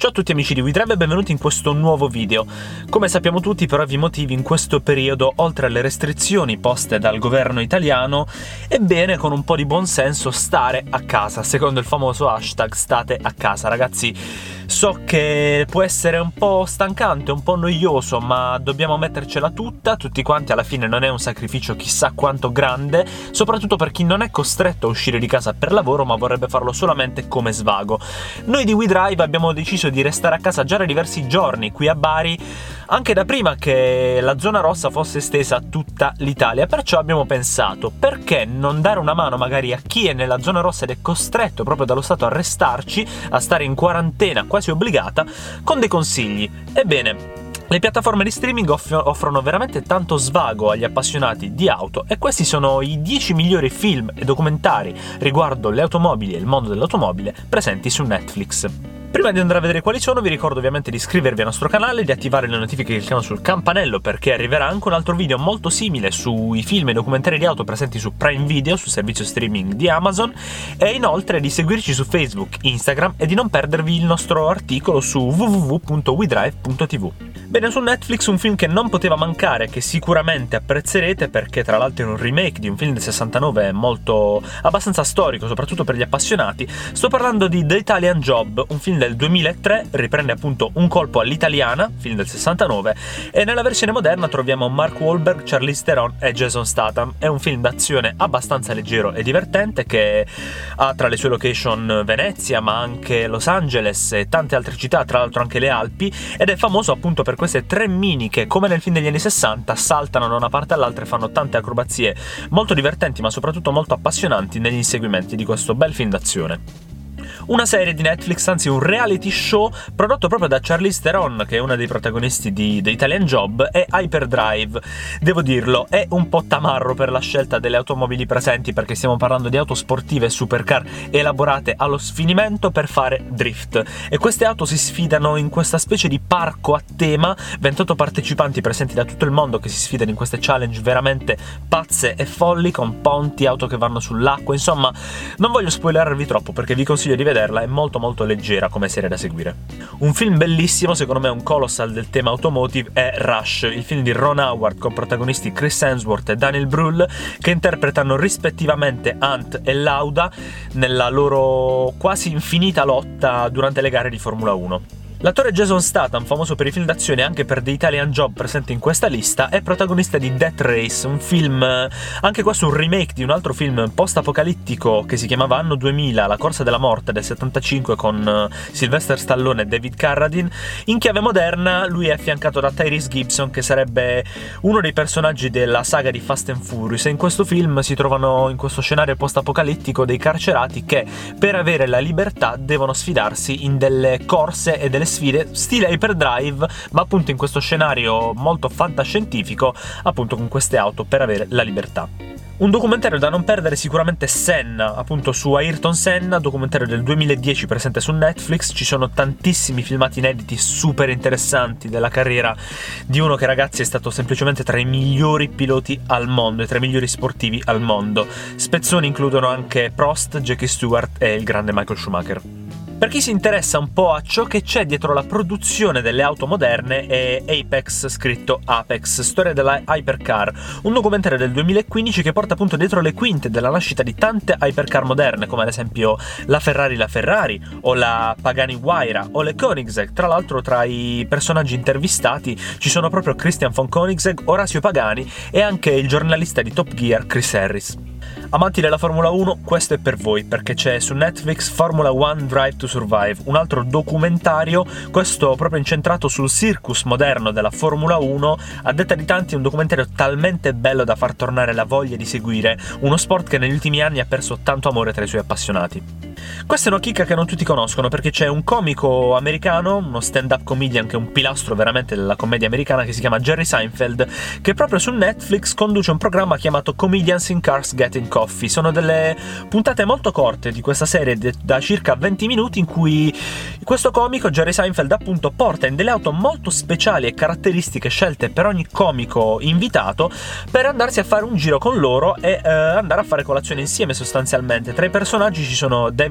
Ciao a tutti amici di WeDrive e benvenuti in questo nuovo video. Come sappiamo tutti, per ovvi motivi in questo periodo, oltre alle restrizioni poste dal governo italiano, è bene con un po' di buonsenso stare a casa, secondo il famoso hashtag state a casa. Ragazzi, so che può essere un po' stancante, un po' noioso, ma dobbiamo mettercela tutta, tutti quanti. Alla fine non è un sacrificio chissà quanto grande, soprattutto per chi non è costretto a uscire di casa per lavoro, ma vorrebbe farlo solamente come svago. Noi di WeDrive abbiamo deciso di restare a casa già da diversi giorni qui a Bari, anche da prima che la zona rossa fosse estesa a tutta l'Italia. Perciò abbiamo pensato, perché non dare una mano magari a chi è nella zona rossa ed è costretto proprio dallo Stato a restarci, a stare in quarantena quasi obbligata, con dei consigli. Ebbene, le piattaforme di streaming offrono veramente tanto svago agli appassionati di auto, e questi sono i 10 migliori film e documentari riguardo le automobili e il mondo dell'automobile presenti su Netflix. Prima di andare a vedere quali sono, vi ricordo ovviamente di iscrivervi al nostro canale, di attivare le notifiche cliccando sul campanello, perché arriverà anche un altro video molto simile sui film e documentari di auto presenti su Prime Video, sul servizio streaming di Amazon, e inoltre di seguirci su Facebook, Instagram e di non perdervi il nostro articolo su www.wedrive.tv. Bene, su Netflix un film che non poteva mancare, che sicuramente apprezzerete perché tra l'altro è un remake di un film del 69 abbastanza storico, soprattutto per gli appassionati. Sto parlando di The Italian Job, un film del 2003, riprende appunto Un colpo all'italiana, film del 69, e nella versione moderna troviamo Mark Wahlberg, Charlize Theron e Jason Statham. È un film d'azione abbastanza leggero e divertente che ha tra le sue location Venezia, ma anche Los Angeles e tante altre città, tra l'altro anche le Alpi, ed è famoso appunto per queste tre mini che, come nel film degli anni 60, saltano da una parte all'altra e fanno tante acrobazie molto divertenti ma soprattutto molto appassionanti negli inseguimenti di questo bel film d'azione. Una serie di Netflix, anzi un reality show prodotto proprio da Charlize Theron, che è una dei protagonisti di The Italian Job, è Hyperdrive. Devo dirlo, è un po' tamarro per la scelta delle automobili presenti, perché stiamo parlando di auto sportive e supercar elaborate allo sfinimento per fare drift, e queste auto si sfidano in questa specie di parco a tema, 28 partecipanti presenti da tutto il mondo che si sfidano in queste challenge veramente pazze e folli, con ponti, auto che vanno sull'acqua. Insomma, non voglio spoilerarvi troppo perché vi consiglio di vederla, è molto molto leggera come serie da seguire. Un film bellissimo, secondo me un colossal del tema automotive, è Rush, il film di Ron Howard con protagonisti Chris Hemsworth e Daniel Brühl, che interpretano rispettivamente Hunt e Lauda nella loro quasi infinita lotta durante le gare di Formula 1. L'attore Jason Statham, famoso per i film d'azione e anche per The Italian Job presente in questa lista, è protagonista di Death Race, un film, anche questo un remake di un altro film post-apocalittico che si chiamava Anno 2000, La corsa della morte del 75, con Sylvester Stallone e David Carradine. In chiave moderna lui è affiancato da Tyrese Gibson, che sarebbe uno dei personaggi della saga di Fast and Furious, e in questo film si trovano, in questo scenario post-apocalittico, dei carcerati che per avere la libertà devono sfidarsi in delle corse e delle sfide stile Hyperdrive, ma appunto in questo scenario molto fantascientifico, appunto con queste auto per avere la libertà. Un documentario da non perdere sicuramente Senna, appunto su Ayrton Senna, documentario del 2010 presente su Netflix. Ci sono tantissimi filmati inediti super interessanti della carriera di uno che, ragazzi, è stato semplicemente tra i migliori piloti al mondo e tra i migliori sportivi al mondo. Spezzoni includono anche Prost, Jackie Stewart e il grande Michael Schumacher. Per chi si interessa un po' a ciò che c'è dietro la produzione delle auto moderne, è Apex, scritto Apex, storia della hypercar, un documentario del 2015 che porta appunto dietro le quinte della nascita di tante hypercar moderne, come ad esempio la Ferrari o la Pagani Huayra o le Koenigsegg. Tra l'altro tra i personaggi intervistati ci sono proprio Christian von Koenigsegg, Orazio Pagani e anche il giornalista di Top Gear Chris Harris. Amanti della Formula 1, questo è per voi, perché c'è su Netflix Formula 1 Drive to Survive, un altro documentario, questo proprio incentrato sul circus moderno della Formula 1. A detta di tanti è un documentario talmente bello da far tornare la voglia di seguire uno sport che negli ultimi anni ha perso tanto amore tra i suoi appassionati. Questa è una chicca che non tutti conoscono, perché c'è un comico americano, uno stand-up comedian che è un pilastro veramente della commedia americana, che si chiama Jerry Seinfeld, che proprio su Netflix conduce un programma chiamato Comedians in Cars Getting Coffee. Sono delle puntate molto corte di questa serie da circa 20 minuti in cui questo comico, Jerry Seinfeld, appunto porta in delle auto molto speciali e caratteristiche scelte per ogni comico invitato per andarsi a fare un giro con loro e andare a fare colazione insieme sostanzialmente. Tra i personaggi ci sono David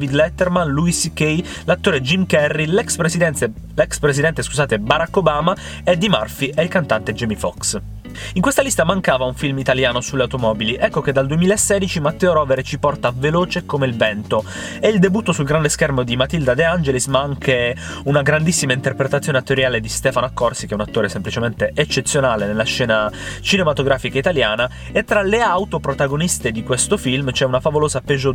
David Letterman, Louis C.K., l'attore Jim Carrey, l'ex presidente Barack Obama, Eddie Murphy e il cantante Jamie Foxx. In questa lista mancava un film italiano sulle automobili, ecco che dal 2016 Matteo Rovere ci porta Veloce come il vento. È il debutto sul grande schermo di Matilda De Angelis, ma anche una grandissima interpretazione attoriale di Stefano Accorsi, che è un attore semplicemente eccezionale nella scena cinematografica italiana, e tra le auto protagoniste di questo film c'è una favolosa Peugeot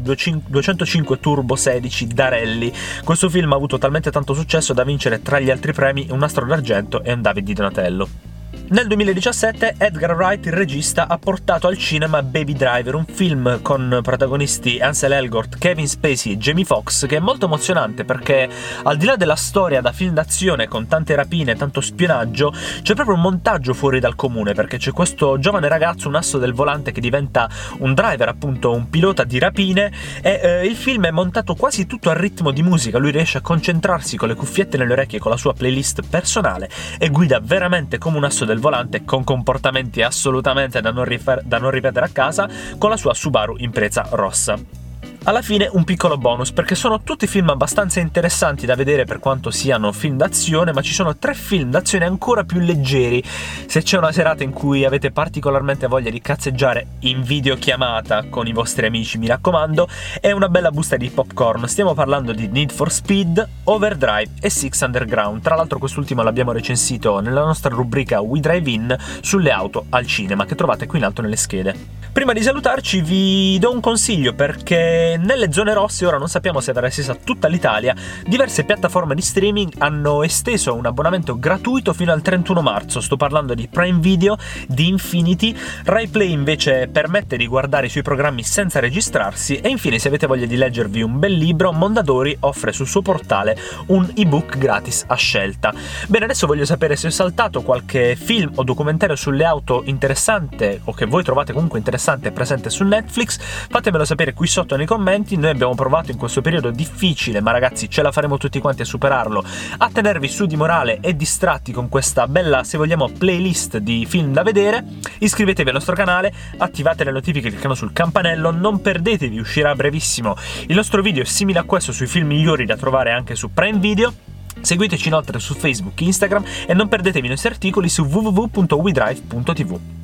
205 Turbo 16 Darelli. Questo film ha avuto talmente tanto successo da vincere tra gli altri premi un Nastro d'Argento e un David di Donatello. Nel 2017 Edgar Wright, il regista, ha portato al cinema Baby Driver, un film con protagonisti Ansel Elgort, Kevin Spacey e Jamie Foxx, che è molto emozionante perché, al di là della storia da film d'azione con tante rapine e tanto spionaggio, c'è proprio un montaggio fuori dal comune, perché c'è questo giovane ragazzo, un asso del volante, che diventa un driver, appunto un pilota di rapine, e il film è montato quasi tutto a ritmo di musica. Lui riesce a concentrarsi con le cuffiette nelle orecchie, con la sua playlist personale, e guida veramente come un asso del volante, con comportamenti assolutamente da non ripetere a casa, con la sua Subaru Impreza rossa. Alla fine un piccolo bonus, perché sono tutti film abbastanza interessanti da vedere per quanto siano film d'azione, ma ci sono 3 film d'azione ancora più leggeri. Se c'è una serata in cui avete particolarmente voglia di cazzeggiare in videochiamata con i vostri amici, mi raccomando, è una bella busta di popcorn. Stiamo parlando di Need for Speed, Overdrive e Six Underground. Tra l'altro quest'ultimo l'abbiamo recensito nella nostra rubrica We Drive In sulle auto al cinema, che trovate qui in alto nelle schede. Prima di salutarci vi do un consiglio, perché nelle zone rosse, ora non sappiamo se verrà estesa a tutta l'Italia, diverse piattaforme di streaming hanno esteso un abbonamento gratuito fino al 31 marzo. Sto parlando di Prime Video, di Infinity. Rai Play invece permette di guardare i suoi programmi senza registrarsi, e infine, se avete voglia di leggervi un bel libro, Mondadori offre sul suo portale un ebook gratis a scelta. Bene, adesso voglio sapere se ho saltato qualche film o documentario sulle auto interessante, o che voi trovate comunque interessante presente su Netflix. Fatemelo sapere qui sotto nei commenti. Noi abbiamo provato in questo periodo difficile, ma ragazzi ce la faremo tutti quanti a superarlo, a tenervi su di morale e distratti con questa bella, se vogliamo, playlist di film da vedere. Iscrivetevi al nostro canale, attivate le notifiche cliccando sul campanello, non perdetevi, uscirà a brevissimo il nostro video simile a questo sui film migliori da trovare anche su Prime Video. Seguiteci inoltre su Facebook, Instagram, e non perdetevi i nostri articoli su www.wedrive.tv.